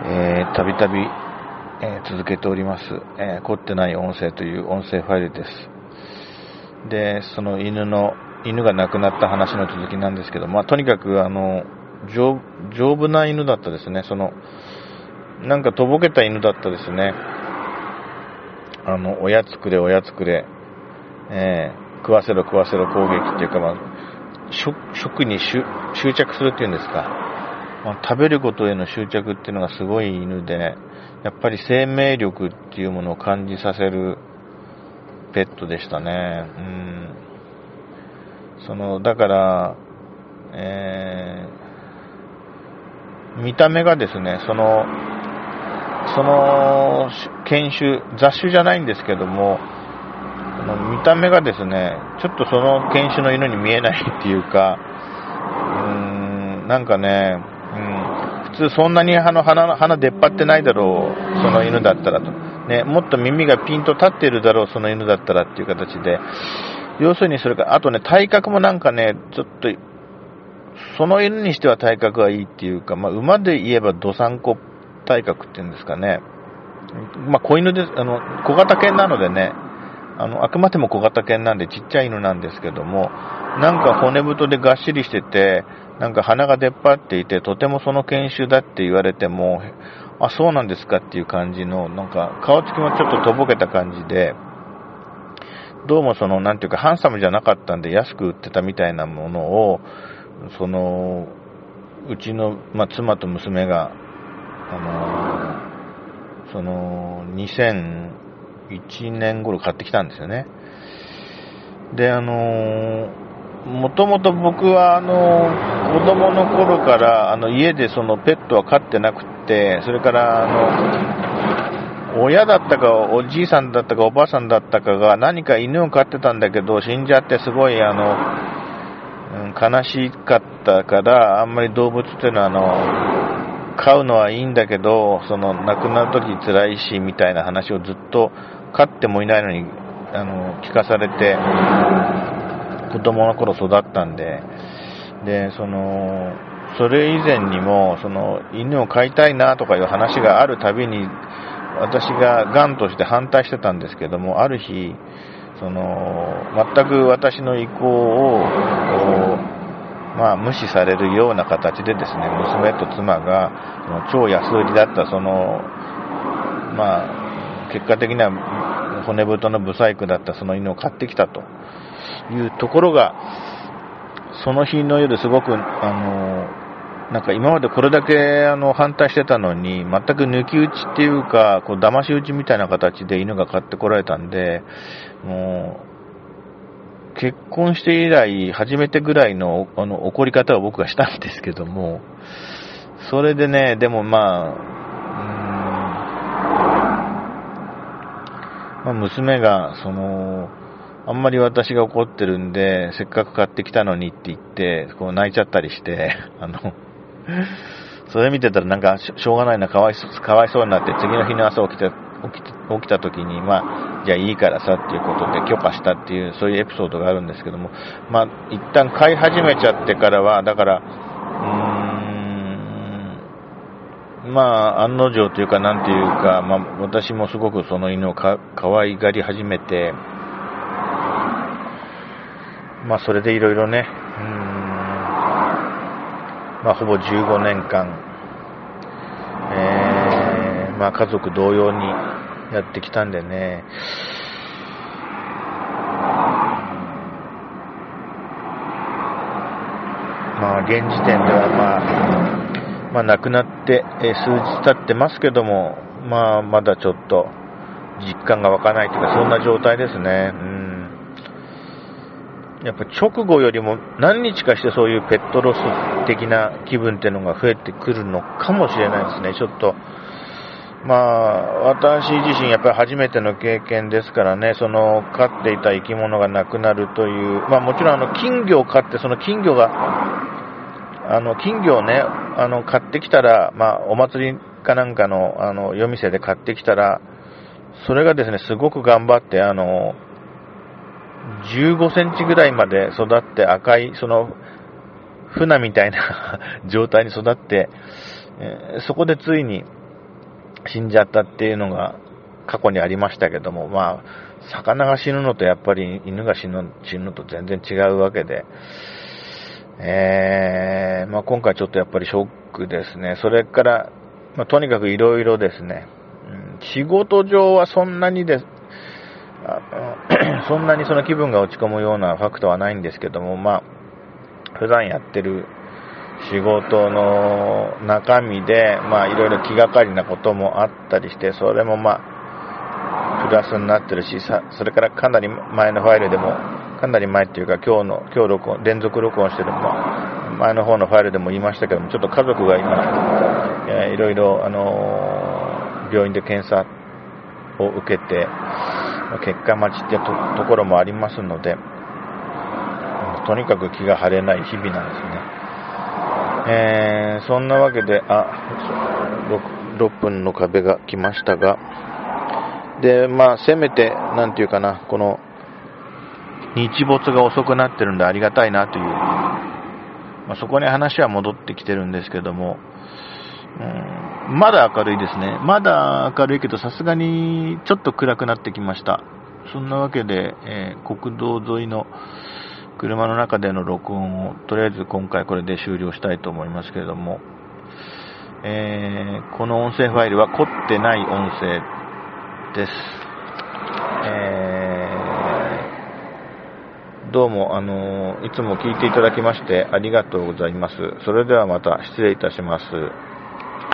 たびたび続けております、凝ってない音声という音声ファイルです。で、その犬が亡くなった話の続きなんですけど、とにかく丈夫な犬だったですね。なんかとぼけた犬だったですね。おやつくれ、食わせろ攻撃っていうか、食に執着するっていうんですか。食べることへの執着っていうのがすごい犬で、やっぱり生命力っていうものを感じさせるペットでしたね。だから、見た目がですね、その犬種、雑種じゃないんですけども、見た目がですね、ちょっとその犬種の犬に見えないっていうか、なんかね、普通そんなに鼻出っ張ってないだろう、その犬だったらと。ね、もっと耳がピンと立っているだろう、その犬だったらっていう形で。要するにそれから、あとね、体格もなんかね、ちょっと、その犬にしては体格がいいっていうか、馬で言えばドサンコ体格っていうんですかね。小犬です、小型犬なのでね、あくまでも小型犬なんでちっちゃい犬なんですけども、なんか骨太でがっしりしてて、なんか鼻が出っ張っていて、とてもその犬種だって言われても、あ、そうなんですかっていう感じの、なんか顔つきもちょっととぼけた感じで、どうもなんていうかハンサムじゃなかったんで安く売ってたみたいなものを、うちの、妻と娘が、2001年頃買ってきたんですよね。で、もともと僕は子供の頃から家でそのペットは飼ってなくて、それから親だったかおじいさんだったかおばあさんだったかが何か犬を飼ってたんだけど死んじゃってすごい悲しかったからあんまり動物っていうのは飼うのはいいんだけど亡くなる時辛いしみたいな話をずっと飼ってもいないのに聞かされて子供の頃育ったんで、それ以前にも犬を飼いたいなとかいう話があるたびに私が頑として反対してたんですけども、ある日全く私の意向を無視されるような形でですね、娘と妻が超安売りだった結果的には骨太のブサイクだったその犬を買ってきたというところが、その日の夜すごくなんか今までこれだけ反対してたのに全く抜き打ちっていうか騙し打ちみたいな形で犬が買ってこられたんで、もう結婚して以来初めてぐらいの怒り方を僕がしたんですけども、それでね、でも娘があんまり私が怒ってるんでせっかく買ってきたのにって言って泣いちゃったりしてそれ見てたらなんかしょうがないな、かわいそうになって、次の日の朝起きた時にじゃあいいからさっていうことで許可したっていう、そういうエピソードがあるんですけども、一旦飼い始めちゃってからはだから案の定というかなんていうか、私もすごくその犬を可愛がり始めて、それでいろいろね、ほぼ15年間、家族同様にやってきたんでね、現時点では亡くなって数日経ってますけども、まだちょっと実感が湧かないというか、そんな状態ですね。やっぱ直後よりも何日かしてそういうペットロス的な気分っていうのが増えてくるのかもしれないですね。ちょっと私自身やっぱり初めての経験ですからね、飼っていた生き物が亡くなるという、もちろん金魚を飼って、その金魚をね、買ってきたら、お祭りかなんかの、夜店で買ってきたら、それがですね、すごく頑張って、15センチぐらいまで育って赤い、船みたいな状態に育って、そこでついに、 死んじゃったっていうのが過去にありましたけども、まあ、魚が死ぬのとやっぱり犬が死ぬのと全然違うわけで、まあ、今回ちょっとやっぱりショックですね。それから、まあ、とにかくいろいろですね、仕事上はそんなにそんなにその気分が落ち込むようなファクトはないんですけども、まあ、普段やってる仕事の中身で、まあ、いろいろ気がかりなこともあったりして、それもまあ、プラスになってるし、それからかなり前のファイルでも、かなり前っていうか、今日連続録音してる、前の方のファイルでも言いましたけども、ちょっと家族が今、いろいろ、病院で検査を受けて、結果待ちってところもありますので、とにかく気が晴れない日々なんですね。そんなわけで、6分の壁が来ましたが、で、まあ、せめて、なんていうかな、この、日没が遅くなってるんでありがたいなという、まあ、そこに話は戻ってきてるんですけども、まだ明るいですね。まだ明るいけど、さすがにちょっと暗くなってきました。そんなわけで、国道沿いの車の中での録音を、とりあえず今回これで終了したいと思いますけれども、この音声ファイルは凝ってない音声です。どうも、いつも聞いていただきましてありがとうございます。それではまた失礼いたします。